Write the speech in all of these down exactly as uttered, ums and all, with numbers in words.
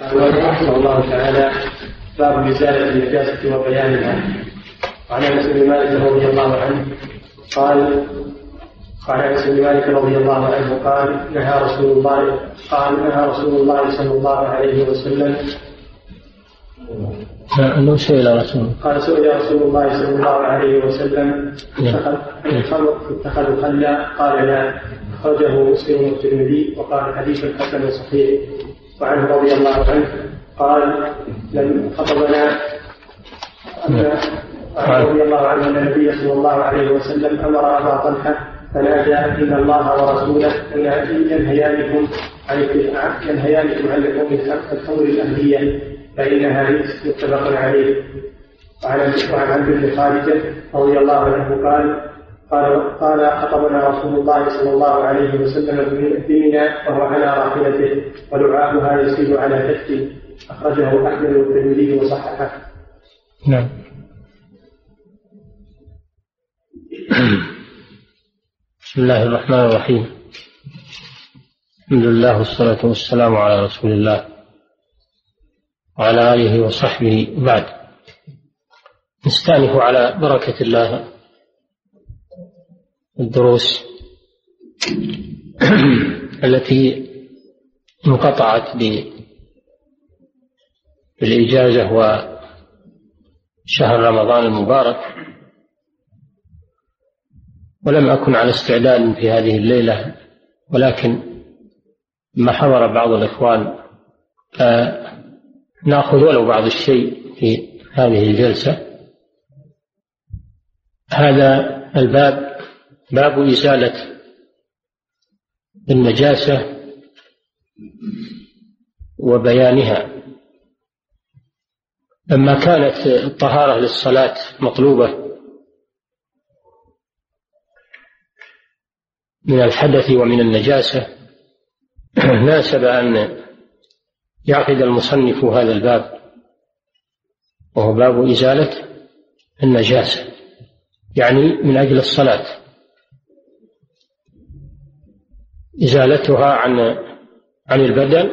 رحمه الله تعالى باب إزالة النجاسة وبيانها. وعن أنس بن مالك رضي الله عنه قال وعن أنس بن مالك رضي الله عنه قال نهى رسول الله قال نهى رسول الله صلى الله عليه وسلم أنه سئل رسول قال سئل رسول الله صلى الله عليه وسلم اتخذوا خلا قال لا. أخرجه مسلم والترمذي وقال حديث حسن صحيح. وعنه رضي الله عنه قال لم خطبنا رضي الله عنه أن النبي صلى الله عليه وسلم أمر أبا طلحة فنادى إن الله ورسوله ينهيانكم عن ينهيانكم عن لحوم الخمر الأهلية فإنها رجس متفق عليه. وعن عبد بن خالد رضي الله عنه قال قال قال خطبنا رسول الله صلى الله عليه وسلم بمنى وهو على راحلته ولعابها يسيل على كتفه. أخرجه أحمد والترمذي وصححه. نعم. بسم الله الرحمن الرحيم. الحمد لله والصلاة والسلام على رسول الله وعلى آله وصحبه. بعد نستأنف على بركة الله الدروس التي انقطعت بالإجازة وشهر رمضان المبارك، ولم أكن على استعداد في هذه الليلة، ولكن ما حضر بعض الإخوان نأخذ ولو بعض الشيء في هذه الجلسة. هذا الباب باب إزالة النجاسة وبيانها. لما كانت الطهارة للصلاة مطلوبة من الحدث ومن النجاسة، ناسب أن يعقد المصنف هذا الباب، وهو باب إزالة النجاسة، يعني من أجل الصلاة، إزالتها عن عن البدن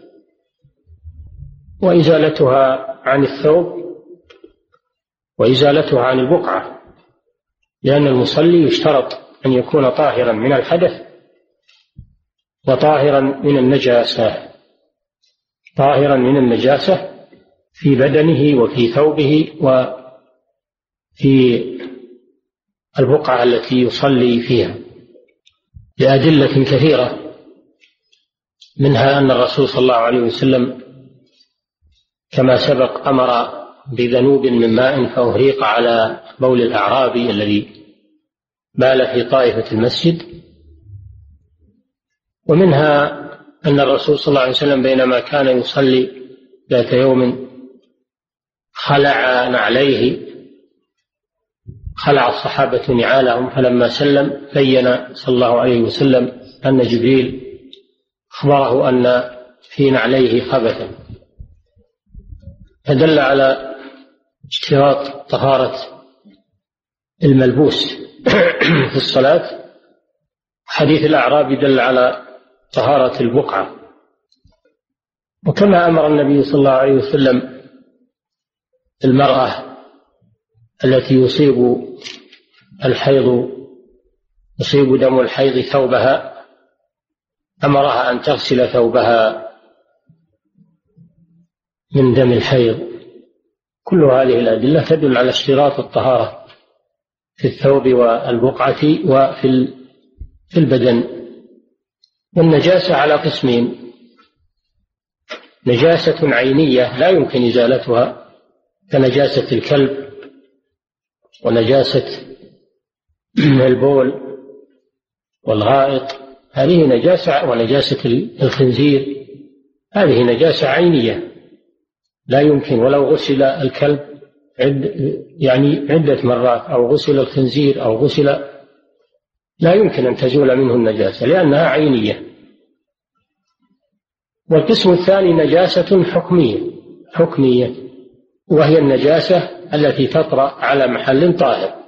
وإزالتها عن الثوب وإزالتها عن البقعة، لأن المصلي يشترط أن يكون طاهرا من الحدث وطاهرا من النجاسة، طاهرا من النجاسة في بدنه وفي ثوبه وفي البقعة التي يصلي فيها، لأدلة كثيرة، منها أن الرسول صلى الله عليه وسلم كما سبق أمر بذنوب من ماء فأهريق على بول الأعرابي الذي بال في طائفة المسجد، ومنها أن الرسول صلى الله عليه وسلم بينما كان يصلي ذات يوم خلع نعليه، خلع الصحابة نعالهم، فلما سلم بين صلى الله عليه وسلم أن جبريل أخبره أن في نعليه خبثا، فدل على اشتراط طهارة الملبوس في الصلاة. حديث الأعرابي دل على طهارة البقعة. وكما أمر النبي صلى الله عليه وسلم المرأة التي يصيب الحيض يصيب دم الحيض ثوبها، أمرها أن تغسل ثوبها من دم الحيض. كل هذه الأدلة تدل على اشتراط الطهارة في الثوب والبقعة وفي البدن. والنجاسة على قسمين: نجاسة عينية لا يمكن إزالتها كنجاسة الكلب ونجاسة البول والغائط، هذه نجاسة، ونجاسة الخنزير هذه نجاسة عينية لا يمكن، ولو غسل الكلب عد يعني عدة مرات أو غسل الخنزير أو غسل، لا يمكن أن تزول منه النجاسة لأنها عينية. والقسم الثاني نجاسة حكمية حكمية وهي النجاسة التي تطرأ على محل طاهر،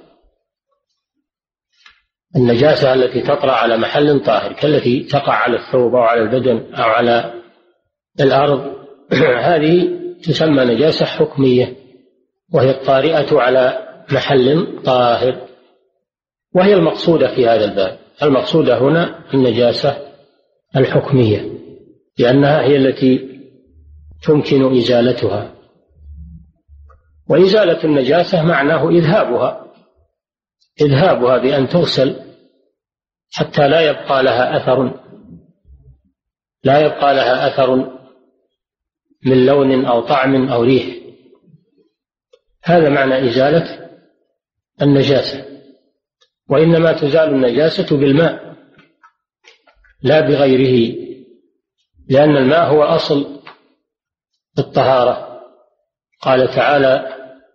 النجاسة التي تطرأ على محل طاهر كالتي تقع على الثوب أو على البدن أو على الأرض هذه تسمى نجاسة حكمية، وهي الطارئة على محل طاهر، وهي المقصودة في هذا الباب. المقصودة هنا النجاسة الحكمية، لأنها هي التي تمكن إزالتها. وإزالة النجاسة معناه إذهابها إذهابها بأن تغسل حتى لا يبقى لها أثر لا يبقى لها أثر من لون أو طعم أو ريح. هذا معنى إزالة النجاسة. وإنما تزال النجاسة بالماء لا بغيره، لأن الماء هو أصل الطهارة. قال تعالى: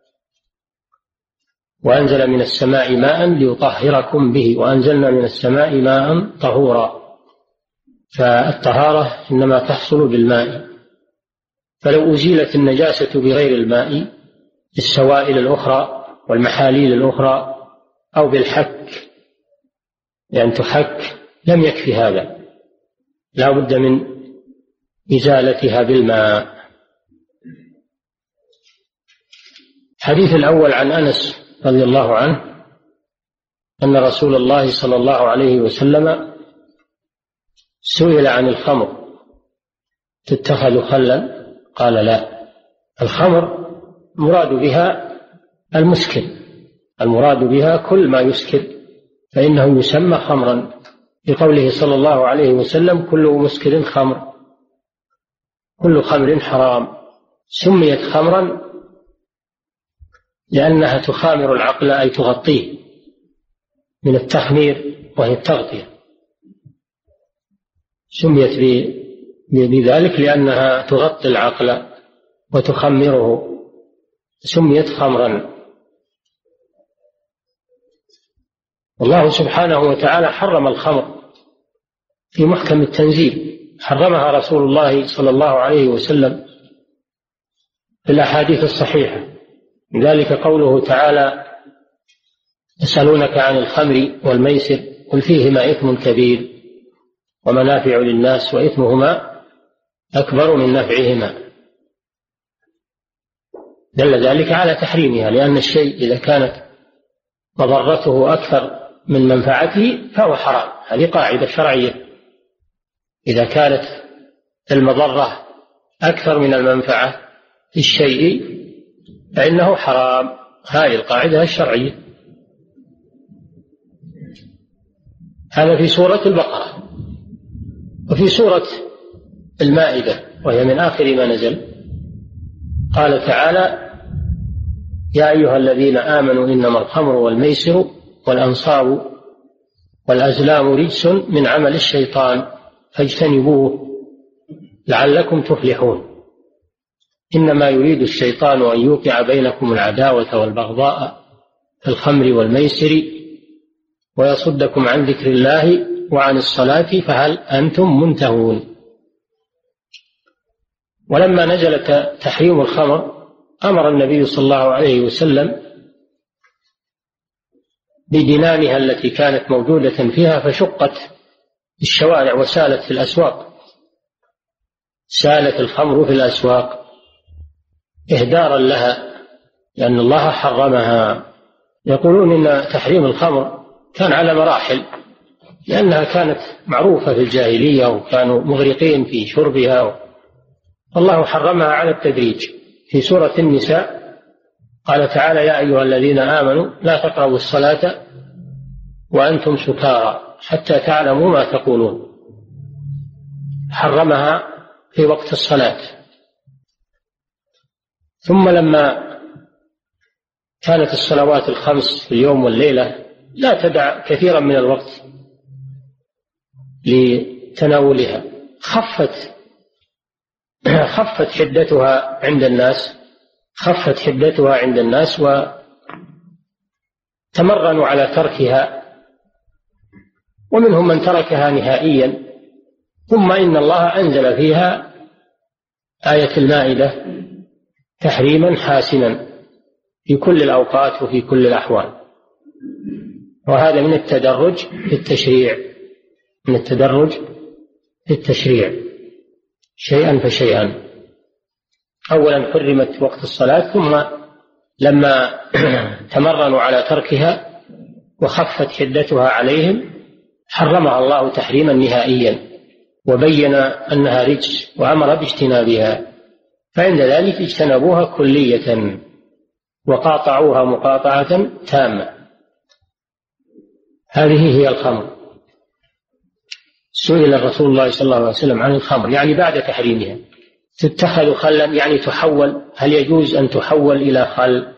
وأنزل من السماء ماء ليطهركم به وأنزلنا من السماء ماء طهورا. فالطهارة إنما تحصل بالماء، فلو أزيلت النجاسة بغير الماء بالسوائل الأخرى والمحاليل الأخرى أو بالحك، لأن تحك، لم يكفي هذا، لا بد من إزالتها بالماء. الحديث الأول عن أنس رضي الله عنه أن رسول الله صلى الله عليه وسلم سئل عن الخمر تتخذ خلا؟ قال: لا، الخمر مراد بها المسكر، المراد بها كل ما يسكر فإنه يسمى خمرا، لقوله صلى الله عليه وسلم: كل مسكر خمر، كل خمر حرام. سميت خمرا لأنها تخامر العقل، أي تغطيه، من التخمير وهي التغطية. سميت بذلك لأنها تغطي العقل وتخمره، سميت خمرا. والله سبحانه وتعالى حرم الخمر في محكم التنزيل، حرمها رسول الله صلى الله عليه وسلم في الأحاديث الصحيحة. لذلك قوله تعالى: يسألونك عن الخمر والميسر قل فيهما إثم كبير ومنافع للناس وإثمهما أكبر من نفعهما. دل ذلك على تحريمها، لأن الشيء إذا كانت مضرته أكثر من منفعته فهو حرام. هذه قاعدة شرعية، إذا كانت المضرة أكثر من المنفعة في الشيء فإنه حرام. هذه القاعدة الشرعية. هذا في سورة البقرة. وفي سورة المائدة وهي من آخر ما نزل قال تعالى: يا أيها الذين آمنوا إنما الخمر والميسر والأنصاب والأزلام رجس من عمل الشيطان فاجتنبوه لعلكم تفلحون. إنما يريد الشيطان أن يوقع بينكم العداوة والبغضاء في الخمر والميسر ويصدكم عن ذكر الله وعن الصلاة فهل أنتم منتهون. ولما نزل تحريم الخمر أمر النبي صلى الله عليه وسلم بدنانها التي كانت موجودة فيها، فشقت الشوارع وسالت في الأسواق، سالت الخمر في الأسواق إهدارا لها، لأن الله حرمها. يقولون إن تحريم الخمر كان على مراحل، لأنها كانت معروفة في الجاهلية وكانوا مغرقين في شربها، الله حرمها على التدريج. في سورة النساء قال تعالى: يا أيها الذين آمنوا لا تقربوا الصلاة وأنتم سكارى حتى تعلموا ما تقولون. حرمها في وقت الصلاة. ثم لما كانت الصلوات الخمس في اليوم والليلة لا تدع كثيرا من الوقت لتناولها، خفت خفت حدتها عند الناس خفت حدتها عند الناس وتمرنوا على تركها، ومنهم من تركها نهائيا. ثم إن الله أنزل فيها آية المائدة تحريما حاسما في كل الأوقات وفي كل الأحوال. وهذا من التدرج في التشريع من التدرج في التشريع شيئا فشيئا. أولا حرمت وقت الصلاة، ثم لما تمرنوا على تركها وخفت حدتها عليهم حرمها الله تحريما نهائيا، وبين أنها رجس وأمر باجتنابها، فعند ذلك اجتنبوها كلية وقاطعوها مقاطعة تامة. هذه هي الخمر. سئل الرسول الله صلى الله عليه وسلم عن الخمر، يعني بعد تحريمها، تتخذ خلا، يعني تحول، هل يجوز أن تحول إلى خل؟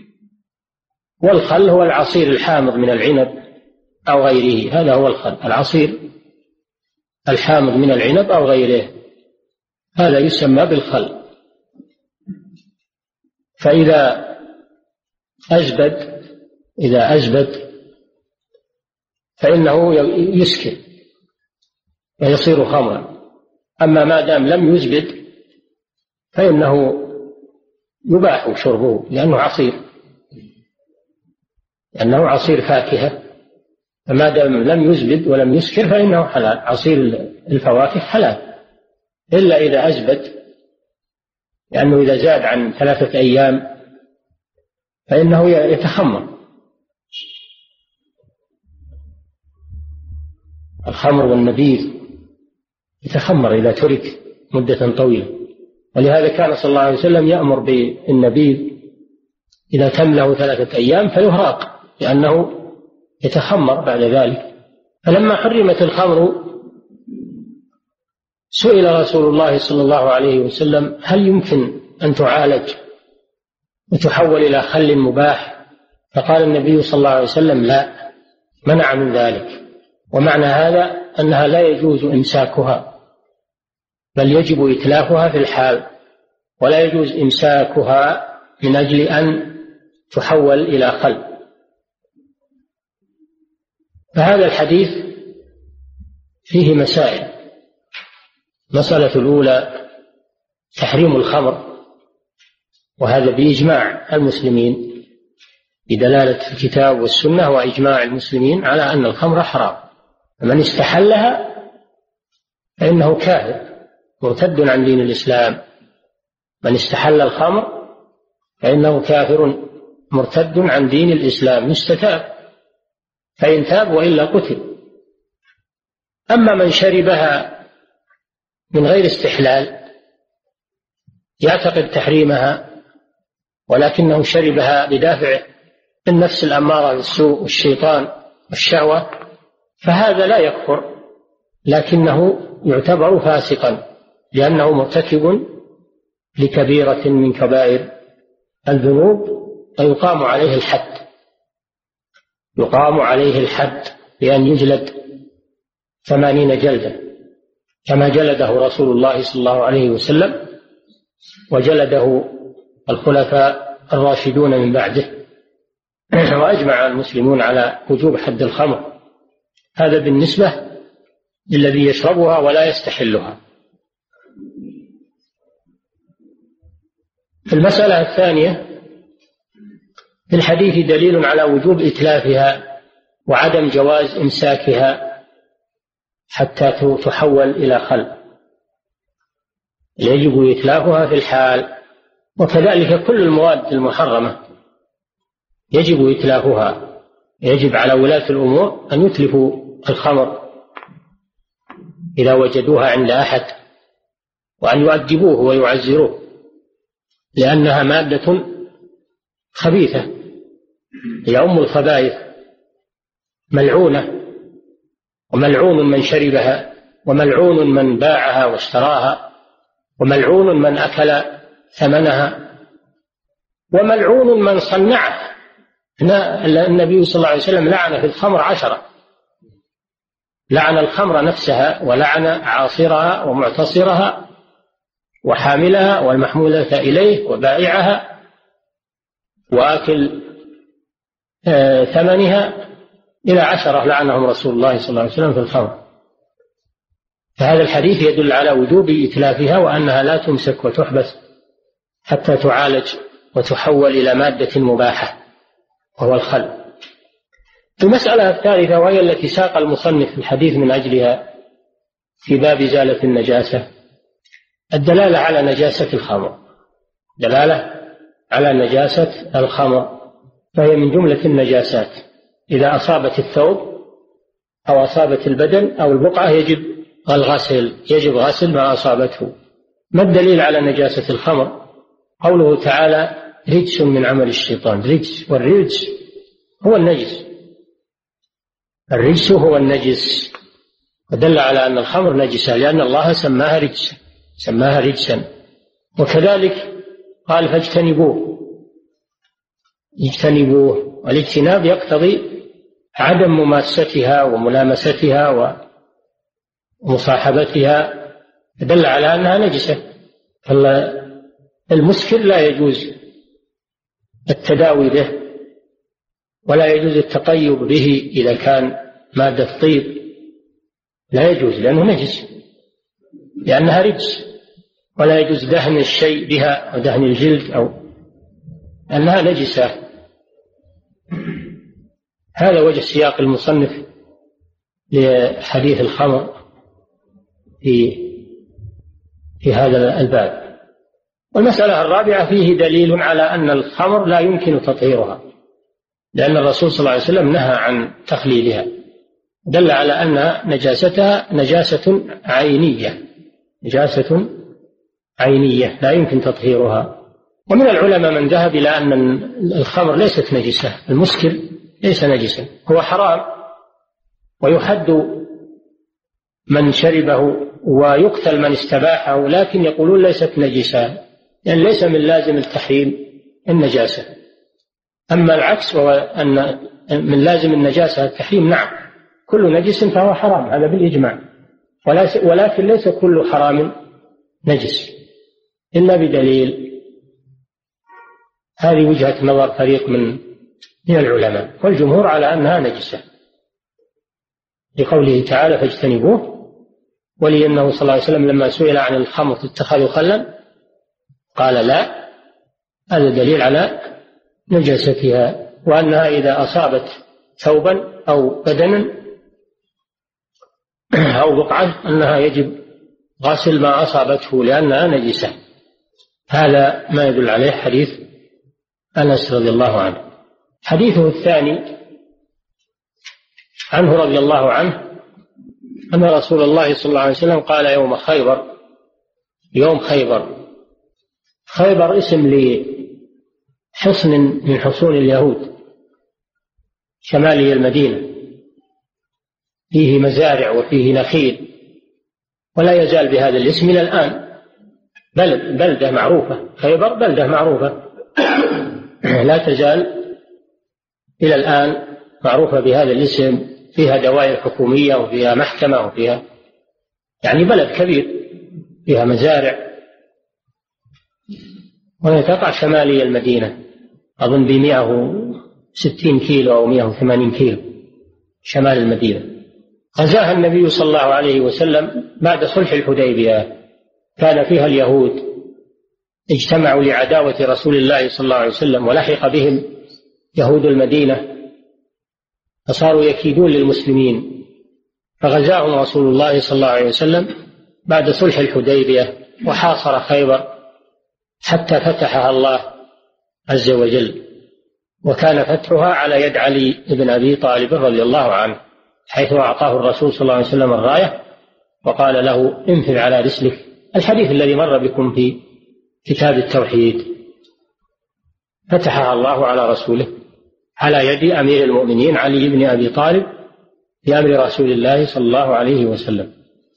والخل هو العصير الحامض من العنب أو غيره، هذا هو الخل، العصير الحامض من العنب أو غيره، هذا يسمى بالخل. فإذا أزبد إذا أزبد فإنه يسكر ويصير خمرا، أما ما دام لم يزبد فإنه يباح شربه، لأنه عصير لأنه عصير فاكهة، فما دام لم يزبد ولم يسكر فإنه حلال، عصير الفواكه حلال، إلا إذا أزبد، لأنه إذا زاد عن ثلاثة أيام فإنه يتخمر. الخمر والنبيذ يتخمر إذا ترك مدة طويلة، ولهذا كان صلى الله عليه وسلم يأمر بالنبيذ إذا تم له ثلاثة أيام فيهراق، لأنه يتخمر بعد ذلك. فلما حرمت الخمر سئل رسول الله صلى الله عليه وسلم هل يمكن أن تعالج وتحول إلى خل مباح؟ فقال النبي صلى الله عليه وسلم لا، منع من ذلك. ومعنى هذا أنها لا يجوز إمساكها، بل يجب إتلافها في الحال، ولا يجوز إمساكها من أجل أن تحول إلى خل. فهذا الحديث فيه مسائل. مسألة الأولى تحريم الخمر، وهذا بإجماع المسلمين، بدلالة الكتاب والسنة وإجماع المسلمين على أن الخمر حرام، فمن استحلها فإنه كافر مرتد عن دين الإسلام. من استحل الخمر فإنه كافر مرتد عن دين الإسلام، يستتاب، فإن تاب وإلا قتل. أما من شربها من غير استحلال يعتقد تحريمها ولكنه شربها بدافع النفس الأمارة بالسوء والشيطان والشهوة، فهذا لا يكفر، لكنه يعتبر فاسقا، لأنه مرتكب لكبيرة من كبائر الذنوب، ويقام عليه الحد يقام عليه الحد بأن يجلد ثمانين جلدة، كما جلده رسول الله صلى الله عليه وسلم وجلده الخلفاء الراشدون من بعده. وأجمع المسلمون على وجوب حد الخمر. هذا بالنسبة للذي يشربها ولا يستحلها. في المسألة الثانية في الحديث دليل على وجوب إتلافها وعدم جواز إمساكها حتى تحول إلى خل، يجب إتلافها في الحال. وكذلك كل المواد المحرمة يجب إتلافها، يجب على ولاة الأمور أن يتلفوا الخمر إذا وجدوها عند أحد، وأن يؤدبوه ويعزروه، لأنها مادة خبيثة، هي أم الخبائث، ملعونة، وملعون من شربها، وملعون من باعها واشتراها، وملعون من أكل ثمنها، وملعون من صنعها. النبي صلى الله عليه وسلم لعن في الخمر عشرة، لعن الخمر نفسها، ولعن عاصرها ومعتصرها وحاملها والمحمولة إليه وبائعها وآكل ثمنها، إلى عشرة لعنهم رسول الله صلى الله عليه وسلم في الخمر. فهذا الحديث يدل على وجوب إتلافها، وأنها لا تمسك وتحبس حتى تعالج وتحول إلى مادة مباحة وهو الخل. المسألة الثالثة وهي التي ساق المصنف الحديث من أجلها في باب إزالة النجاسة، الدلالة على نجاسة الخمر. دلالة على نجاسة الخمر، فهي من جملة النجاسات. إذا أصابت الثوب أو أصابت البدن أو البقعة يجب الغسل، يجب غسل ما أصابته. ما الدليل على نجاسة الخمر؟ قوله تعالى رجس من عمل الشيطان. رجس، والرجس هو النجس، الرجس هو النجس، ودل على أن الخمر نجسة لأن الله سماها رجسا، سماها رجسا. وكذلك قال فاجتنبوه، اجتنبوه، والاجتناب يقتضي عدم مماستها وملامستها ومصاحبتها، دل على أنها نجسة. المسكر لا يجوز التداوي به ولا يجوز التطيب به إذا كان مادة طيب، لا يجوز لأنه نجس، لأنها رجس. ولا يجوز دهن الشيء بها أو دهن الجلد أو أنها نجسة. هذا وجه سياق المصنف لحديث الخمر في في هذا الباب. والمسألة الرابعة فيه دليل على أن الخمر لا يمكن تطهيرها، لأن الرسول صلى الله عليه وسلم نهى عن تخليلها، دل على أن نجاستها نجاسة عينية، نجاسة عينية لا يمكن تطهيرها. ومن العلماء من ذهب إلى أن الخمر ليست نجسة، المسكر ليس نجسا، هو حرام ويحد من شربه ويقتل من استباحه، لكن يقولون ليست نجسة، لأن يعني ليس من لازم التحريم النجاسة. أما العكس وهو أن من لازم النجاسة التحريم، نعم كل نجس فهو حرام، هذا بالإجماع، ولكن ليس كل حرام نجس إلا بدليل. هذه وجهة نظر فريق من من العلماء، والجمهور على أنها نجسة لقوله تعالى فاجتنبوه. ولأنه صلى الله عليه وسلم لما سئل عن الخمر تتخذ خلا قال لا، هذا دليل على نجاستها، وأنها إذا أصابت ثوبا أو بدنا أو بقعة أنها يجب غسل ما أصابته لأنها نجسة. هذا ما يدل عليه حديث أنس رضي الله عنه. حديثه الثاني عنه رضي الله عنه أن رسول الله صلى الله عليه وسلم قال يوم خيبر، يوم خيبر، خيبر اسم لحصن من حصون اليهود شمالي المدينة، فيه مزارع وفيه نخيل، ولا يزال بهذا الاسم إلى الآن، بلد بلدة معروفة، خيبر بلدة معروفة لا تزال إلى الآن معروفة بهذا الاسم، فيها دوائر حكومية وفيها محكمة وفيها يعني بلد كبير، فيها مزارع، وهي تقع شمالي المدينة، أظن بمئة وستين كيلو أو مئة وثمانين كيلو شمال المدينة. غزاها النبي صلى الله عليه وسلم بعد صلح الحديبية، كان فيها اليهود اجتمعوا لعداوة رسول الله صلى الله عليه وسلم، ولحق بهم يهود المدينة فصاروا يكيدون للمسلمين، فغزاهم رسول الله صلى الله عليه وسلم بعد صلح الحديبية وحاصر خيبر حتى فتحها الله عز وجل، وكان فتحها على يد علي بن أبي طالب رضي الله عنه، حيث أعطاه الرسول صلى الله عليه وسلم الراية وقال له انفذ على رسلك، الحديث الذي مر بكم في كتاب التوحيد. فتحها الله على رسوله على يد أمير المؤمنين علي بن أبي طالب بأمر رسول الله صلى الله عليه وسلم،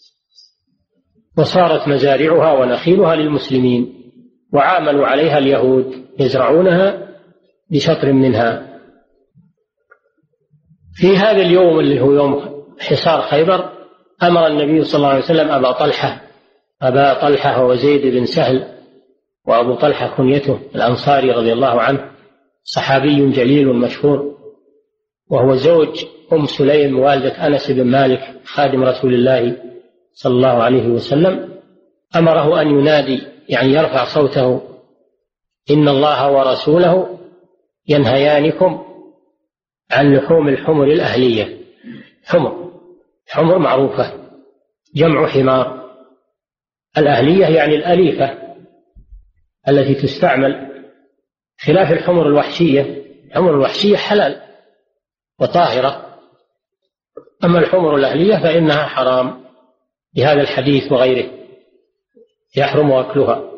وصارت مزارعها ونخيلها للمسلمين، وعاملوا عليها اليهود يزرعونها بشطر منها. في هذا اليوم اللي هو يوم حصار خيبر أمر النبي صلى الله عليه وسلم أبا طلحة أبا طلحة وزيد بن سهل، وأبو طلحة كنيته الأنصاري رضي الله عنه، صحابي جليل مشهور، وهو زوج أم سليم والدة أنس بن مالك خادم رسول الله صلى الله عليه وسلم. أمره أن ينادي يعني يرفع صوته إن الله ورسوله ينهيانكم عن لحوم الحمر الأهلية. حمر حمر معروفة جمع حمار، الأهلية يعني الأليفة، التي تستعمل، خلاف الحمر الوحشية. الحمر الوحشية حلال وطاهرة، أما الحمر الأهلية فإنها حرام بهذا الحديث وغيره، يحرم أكلها،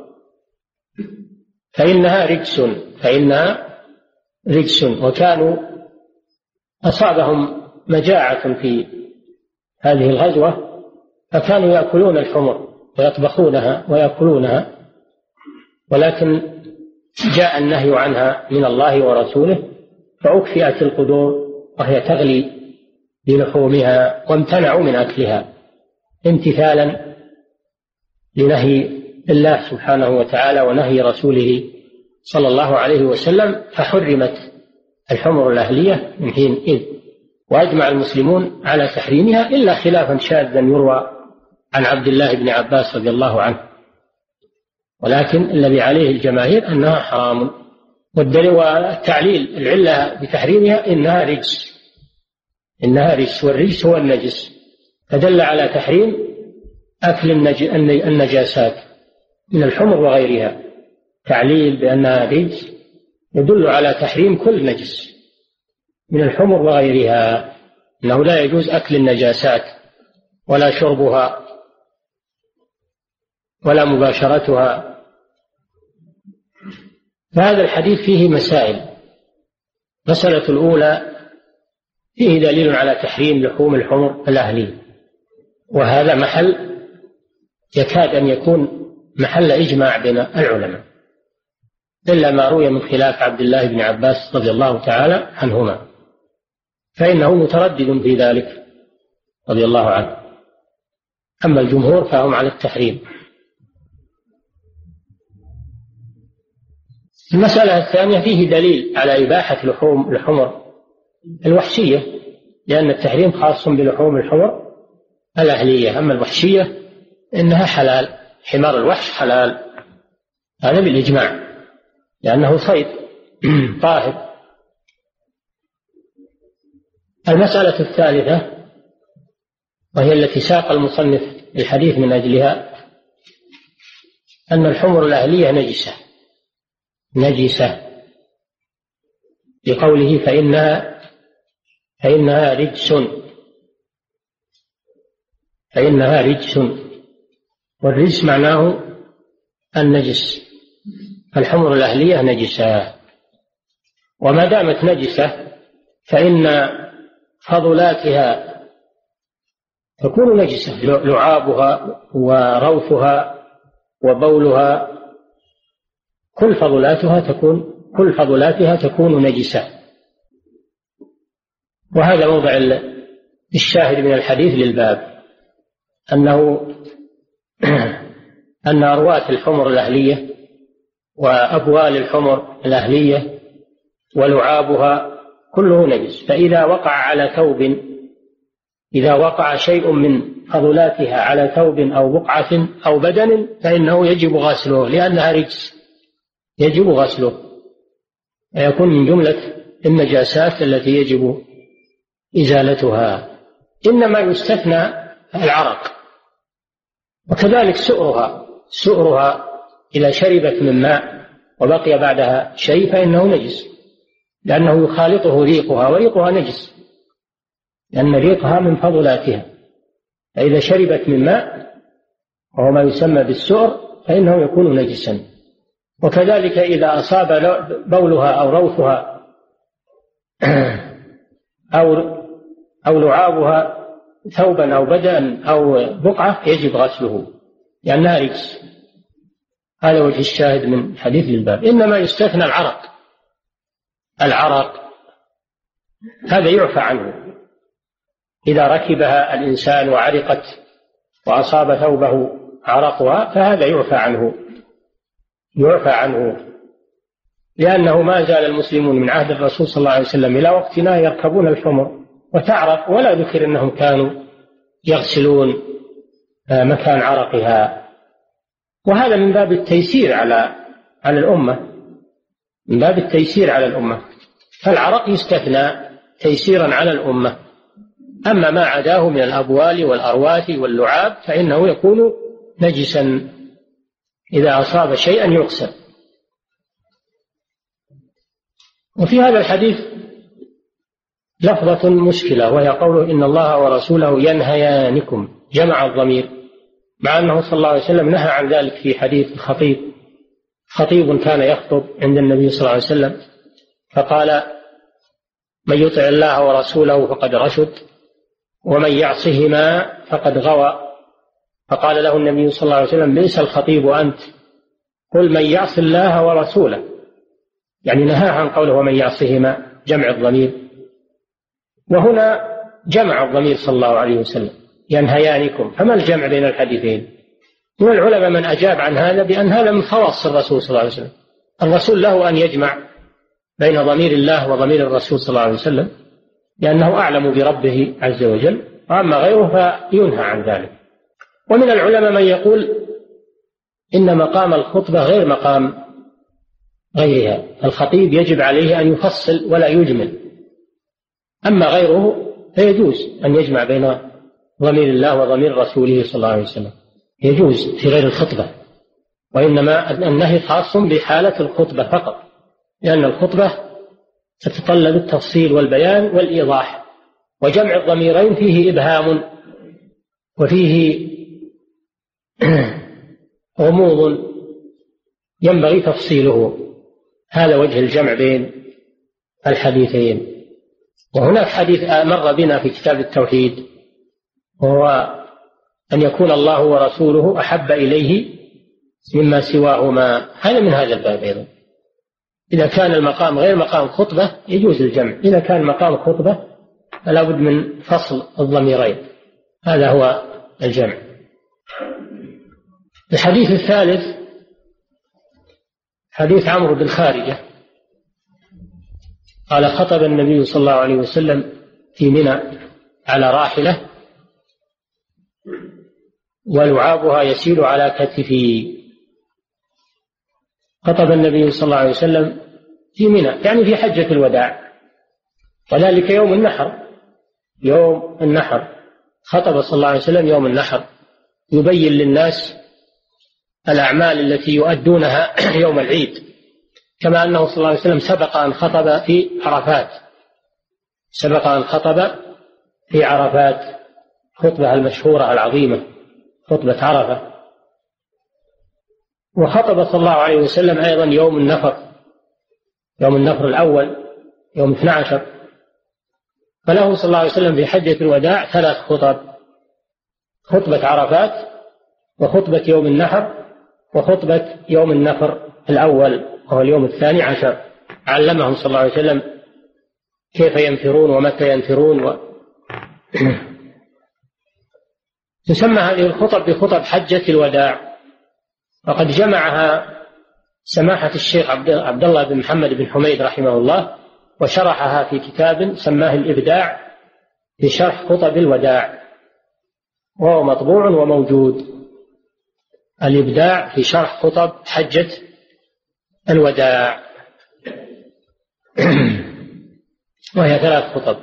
فإنها رجس فإنها رجس وكانوا أصابهم مجاعة في هذه الغزوة، فكانوا يأكلون الحمر ويطبخونها ويأكلونها، ولكن جاء النهي عنها من الله ورسوله فأكفئت القدور وهي تغلي بلحومها، وامتنعوا من أكلها امتثالا لنهي الله سبحانه وتعالى ونهي رسوله صلى الله عليه وسلم، فحرمت الحمر الأهلية من حينئذ، وأجمع المسلمون على تحريمها إلا خلافا شاذا يروى عن عبد الله بن عباس رضي الله عنه، ولكن الذي عليه الجماهير أنها حرام. والدليل والتعليل العلة بتحريمها إنها رجس، إنها رجس، والرجس هو النجس، فدل على تحريم أكل النجاسات من الحمر وغيرها. تعليل بأنها رجس يدل على تحريم كل نجس من الحمر وغيرها، أنه لا يجوز أكل النجاسات ولا شربها ولا مباشرتها. فهذا الحديث فيه مسائل. مسألة الأولى فيه دليل على تحريم لحوم الحمر الأهلية، وهذا محل يكاد أن يكون محل إجماع بين العلماء، إلا ما روي من خلاف عبد الله بن عباس رضي الله تعالى عنهما، فإنه متردد في ذلك رضي الله عنه، أما الجمهور فهم على التحريم. المسألة الثانية فيه دليل على إباحة لحوم الحمر الوحشية، لأن التحريم خاص بلحوم الحمر الأهلية، أما الوحشية إنها حلال، حمار الوحش حلال، هذا بالإجماع لأنه صيد طاهر. المسألة الثالثة وهي التي ساق المصنف الحديث من أجلها أن الحمر الأهلية نجسة نجسة لقوله فإنها فإنها رجس فإنها رجس والرجس معناه النجس، فالحمر الأهلية نجسة، وما دامت نجسة فإن فضلاتها تكون نجسة، لعابها وروثها وبولها كل فضلاتها تكون كل فضلاتها تكون نجسة. وهذا موضع الشاهد من الحديث للباب، أنه أن أرواث الحمر الأهلية وأبوال الحمر الأهلية ولعابها كله نجس، فإذا وقع على ثوب إذا وقع شيء من فضلاتها على ثوب أو بقعة أو بدن فإنه يجب غسله، لأنها رجس يجب غسله، ويكون من جملة النجاسات التي يجب إزالتها. إنما يستثنى العرق، وكذلك سؤرها سؤرها إذا شربت من ماء وبقي بعدها شيء فإنه نجس، لأنه يخالطه ريقها، وريقها نجس لأن ريقها من فضلاتها، فإذا شربت من ماء وهو ما يسمى بالسؤر فإنه يكون نجسا. وكذلك إذا أصاب بولها أو روثها أو أو لعابها ثوبا أو بدنا أو بقعة يجب غسله لأنها رجس. هذا وجه الشاهد من حديث الباب. إنما يستثنى العرق العرق هذا يعفى عنه، إذا ركبها الإنسان وعرقت وأصاب ثوبه عرقها فهذا يعفى عنه يعفى عنه لأنه ما زال المسلمون من عهد الرسول صلى الله عليه وسلم إلى وقتنا يركبون الحمر وتعرق، ولا ذكر أنهم كانوا يغسلون مكان عرقها. وهذا من باب التيسير على على الأمة من باب التيسير على الأمة، فالعرق يستثنى تيسيرا على الأمة. أما ما عداه من الأبوال والأرواث واللعاب فإنه يكون نجسا، إذا أصاب شيئا يغسل وفي هذا الحديث لفظة مشكلة، وهي قوله إن الله ورسوله ينهيانكم، جمع الضمير، مع أنه صلى الله عليه وسلم نهى عن ذلك في حديث الخطيب. خطيب كان يخطب عند النبي صلى الله عليه وسلم فقال من يطع الله ورسوله فقد رشد ومن يعصهما فقد غوى، فقال له النبي صلى الله عليه وسلم بئس الخطيب أنت، قل من يعص الله ورسوله، يعني نهى عن قوله ومن يعصهما، جمع الضمير. وهنا جمع الضمير صلى الله عليه وسلم ينهيانكم، فما الجمع بين الحديثين؟ من العلماء من أجاب عن هذا بأن هذا من خواص الرسول صلى الله عليه وسلم، الرسول له أن يجمع بين ضمير الله وضمير الرسول صلى الله عليه وسلم لأنه أعلم بربه عز وجل، وأما غيره فينهى عن ذلك. ومن العلماء من يقول إن مقام الخطبة غير مقام غيرها، الخطيب يجب عليه أن يفصل ولا يجمل، أما غيره فيجوز أن يجمع بين ضمير الله وضمير رسوله صلى الله عليه وسلم، يجوز في غير الخطبة، وإنما النهي خاص بحالة الخطبة فقط، لأن الخطبة تتطلب التفصيل والبيان والإيضاح، وجمع الضميرين فيه إبهام وفيه غموض ينبغي تفصيله، هذا وجه الجمع بين الحديثين. وهناك حديث مر بنا في كتاب التوحيد، وهو أن يكون الله ورسوله أحب إليه مما سواهما، هذا من هذا الباب أيضا. إذا كان المقام غير مقام خطبة يجوز الجمع، إذا كان مقام خطبة فلا بد من فصل الضميرين، هذا هو الجمع. الحديث الثالث حديث عمرو بن خارجة قال خطب النبي صلى الله عليه وسلم في منى على راحلة ولعابها يسيل على كتفي. خطب النبي صلى الله عليه وسلم في منى يعني في حجة الوداع، وذلك يوم النحر، يوم النحر خطب صلى الله عليه وسلم يوم النحر يبين للناس الأعمال التي يؤدونها يوم العيد، كما أنه صلى الله عليه وسلم سبق أن خطب في عرفات، سبق أن خطب في عرفات خطبة المشهورة العظيمة، خطبة عرفة. وخطب صلى الله عليه وسلم أيضا يوم النفر، يوم النفر الأول يوم اثني عشر، فله صلى الله عليه وسلم في حجة الوداع ثلاث خطب، خطبة عرفات وخطبة يوم النحر وخطبة يوم النفر الأول وهو اليوم الثاني عشر، علمهم صلى الله عليه وسلم كيف ينفرون ومتى ينفرون و... تسمى هذه الخطب بخطب حجة الوداع، وقد جمعها سماحة الشيخ عبد الله بن محمد بن حميد رحمه الله وشرحها في كتاب سماه الإبداع في شرح خطب الوداع، وهو مطبوع وموجود، الإبداع في شرح خطب حجة الوداع وهي ثلاث خطب.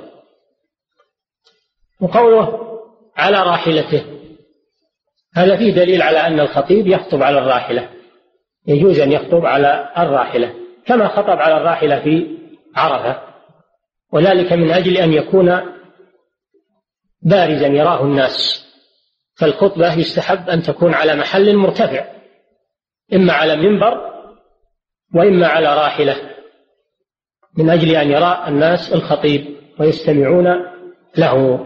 وقوله على راحلته هذا فيه دليل على أن الخطيب يخطب على الراحلة، يجوز أن يخطب على الراحلة كما خطب على الراحلة في عرفة، وذلك من أجل أن يكون بارزا يراه الناس، فالخطبة يستحب أن تكون على محل مرتفع، إما على منبر وإما على راحلة، من أجل أن يرى الناس الخطيب ويستمعون له.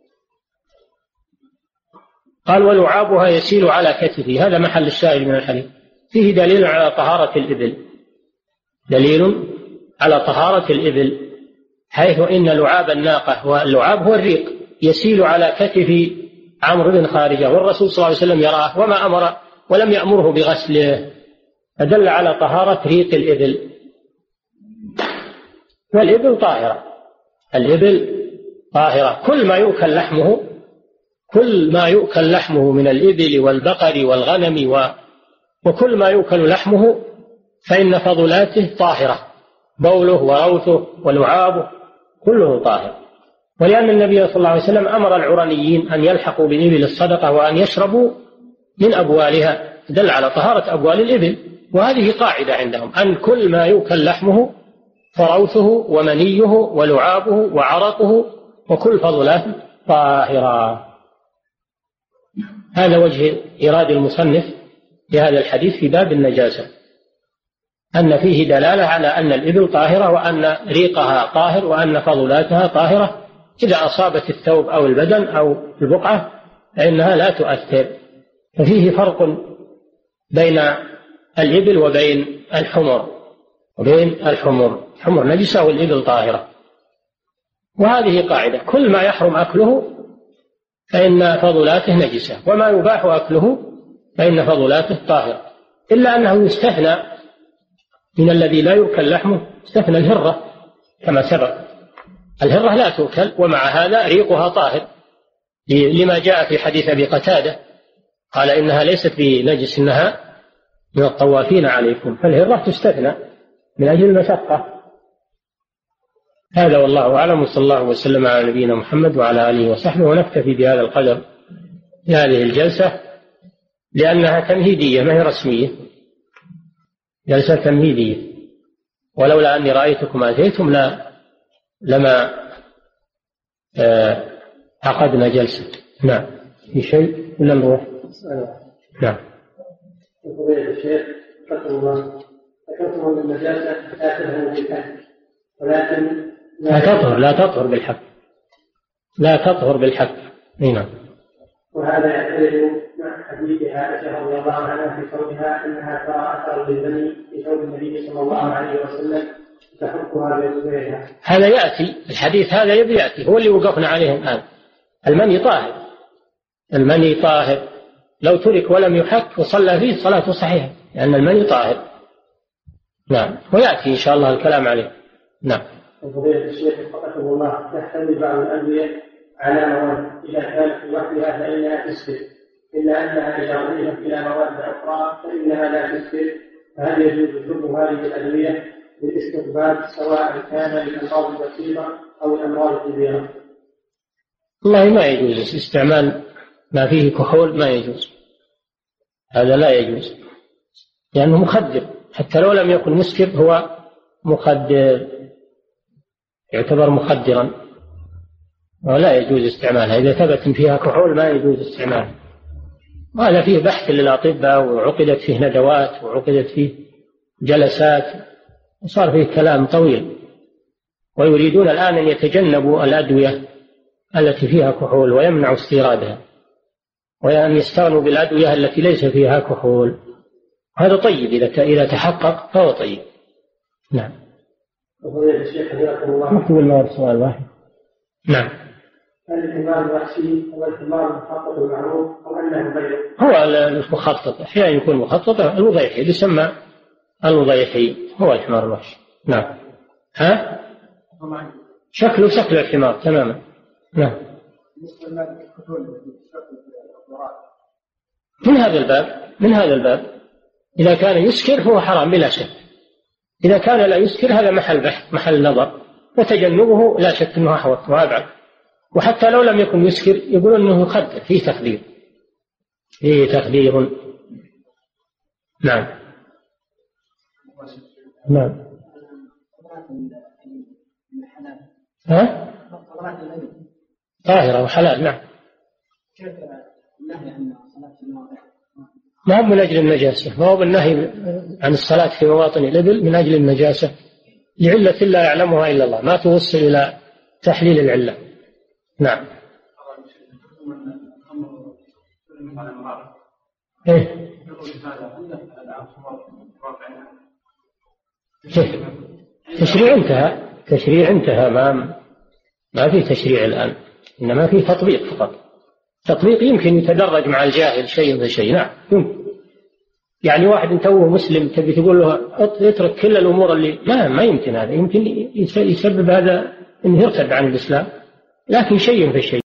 قال ولعابها يسيل على كتفه، هذا محل الشاهد من الحديث، فيه دليل على طهارة الإبل، دليل على طهارة الإبل، حيث إن لعاب الناقة، واللعاب هو الريق، يسيل على كتف عمرو بن خارجة، والرسول صلى الله عليه وسلم يراه وما أمر ولم يأمره بغسله، فدل على طهارة ريق الإبل. والإبل طاهرة، الإبل طاهرة، كل ما يؤكل لحمه، كل ما يؤكل لحمه من الإبل والبقر والغنم و... وكل ما يؤكل لحمه فإن فضلاته طاهرة، بوله وروثه ولعابه كله طاهر. ولأن النبي صلى الله عليه وسلم أمر العرنيين أن يلحقوا بالإبل الصدقة وأن يشربوا من أبوالها، دل على طهارة أبوال الإبل، وهذه قاعدة عندهم أن كل ما يؤكل لحمه فروثه ومنيه ولعابه وعرقه وكل فضلاته طاهرة. هذا وجه إيراد المصنف بهذا الحديث في باب النجاسة، أن فيه دلالة على أن الإبل طاهرة وأن ريقها طاهر وأن فضلاتها طاهرة، إذا أصابت الثوب أو البدن أو البقعة فإنها لا تؤثر. ففيه فرق بين الإبل وبين الحمر وبين الحمر حمر نجسة والإبل طاهرة. وهذه قاعدة: كل ما يحرم أكله فإن فضلاته نجسة، وما يباح أكله فإن فضلاته طاهرة، إلا أنه يستثنى من الذي لا يؤكل لحمه، استثنى الهرة كما سبق. الهرة لا تؤكل ومع هذا ريقها طاهر، لما جاء في حديث أبي قتادة قال إنها ليست بنجس، إنها من الطوافين عليكم، فالهرة تستثنى من أجل المشقة. هذا والله أعلم، وصلى الله وسلم على نبينا محمد وعلى آله وصحبه. ونكتفي بهذا القدر في هذه الجلسة لأنها تمهيدية ما هي رسمية، جلسة تمهيدية، ولولا أني رأيتكم آتيتم لا لما عقدنا جلسة. نعم، في شيء ولا نروح؟ نعم. فضيلة الشيخ رحمه الله، ذكرتم أن النجاسة لا تذهب بالحق، ولكن لا تطهر لا تطهر بالحق لا تطهر بالحق نعم. وهذا يعترض مع حديث عائشة رضي الله عنها في قولها أنها ترى أثر للبني في ثوب النبي صلى الله عليه وسلم تحكها بأصبعها. هذا يأتي الحديث، هذا يبي يأتي، هو اللي وقفنا عليه الآن. المني طاهر، المني طاهر لو ترك ولم يحك وصلى فيه صلاته صحيحة، لأن المني طاهر. نعم، ويأتي إن شاء الله الكلام عليه. نعم. فضيلة الشيخ وفقكم الله، تحتوي بعض الأدوية على مواد إذا كانت لوحدها فإنها تسكر، إلا أنها إذا أضيفت إلى مواد أخرى فإنها لا تسكر، فهل يجوز شرب هذه الأدوية للاستقبال سواء كان للأمراض البسيطة أو الأمراض الكبيرة؟ والله ما يجوز استعمال ما فيه كحول، ما يجوز، هذا لا يجوز، لأنه مخدر، حتى لو لم يكن مسكر هو مخدر، يعتبر مخدرا، ولا يجوز استعمالها. إذا ثبت فيها كحول ما يجوز استعمالها. وهذا فيه بحث للأطباء، وعقدت فيه ندوات، وعقدت فيه جلسات، وصار فيه كلام طويل، ويريدون الآن أن يتجنبوا الأدوية التي فيها كحول ويمنعوا استيرادها، وأن يستغنوا بالأدوية التي ليس فيها كحول. هذا طيب، إذا تحقق فهو طيب. نعم. وفضيلة الشيخ حفظكم الله، نكتب المال سؤال واحد. نعم. هل الحمار الوحشي هو الحمار المخطط المعروف أو أنه غيره؟ هو المخطط، أحيانا يكون مخطط، الوضيحي يسمى الوضيحي، هو الحمار الوحشي. نعم. ها؟ شكله شكل الحمار تماما. نعم. من هذا الباب من هذا الباب إذا كان يسكر فهو حرام بلا شك، إذا كان لا يسكر هذا محل بحث، محل نظر، وتجنبه لا شك أنه أحوط وأبعد. وحتى لو لم يكن يسكر يقولون أنه يخدر، فيه تخدير، فيه تخدير. نعم. نعم. ها؟ طاهرة وحلال. نعم. ما هو من أجل النجاسة، ما هو بالنهي عن الصلاة في مواطن الإبل من أجل النجاسة، لعلة لا يعلمها إلا الله، ما توصل إلى تحليل العلة. نعم. إيه؟ تشريع انتهى، تشريع انتهى، ما ما في تشريع الآن، إنما في تطبيق فقط. تطبيق يمكن يتدرج مع الجاهل شيء فشيء. نعم يمكن. يعني واحد توه مسلم تبي تقول له اترك كل الأمور اللي ما ما يمكن، هذا يمكن يسبب هذا إنه يرتد عن الإسلام، لكن شيء فشيء.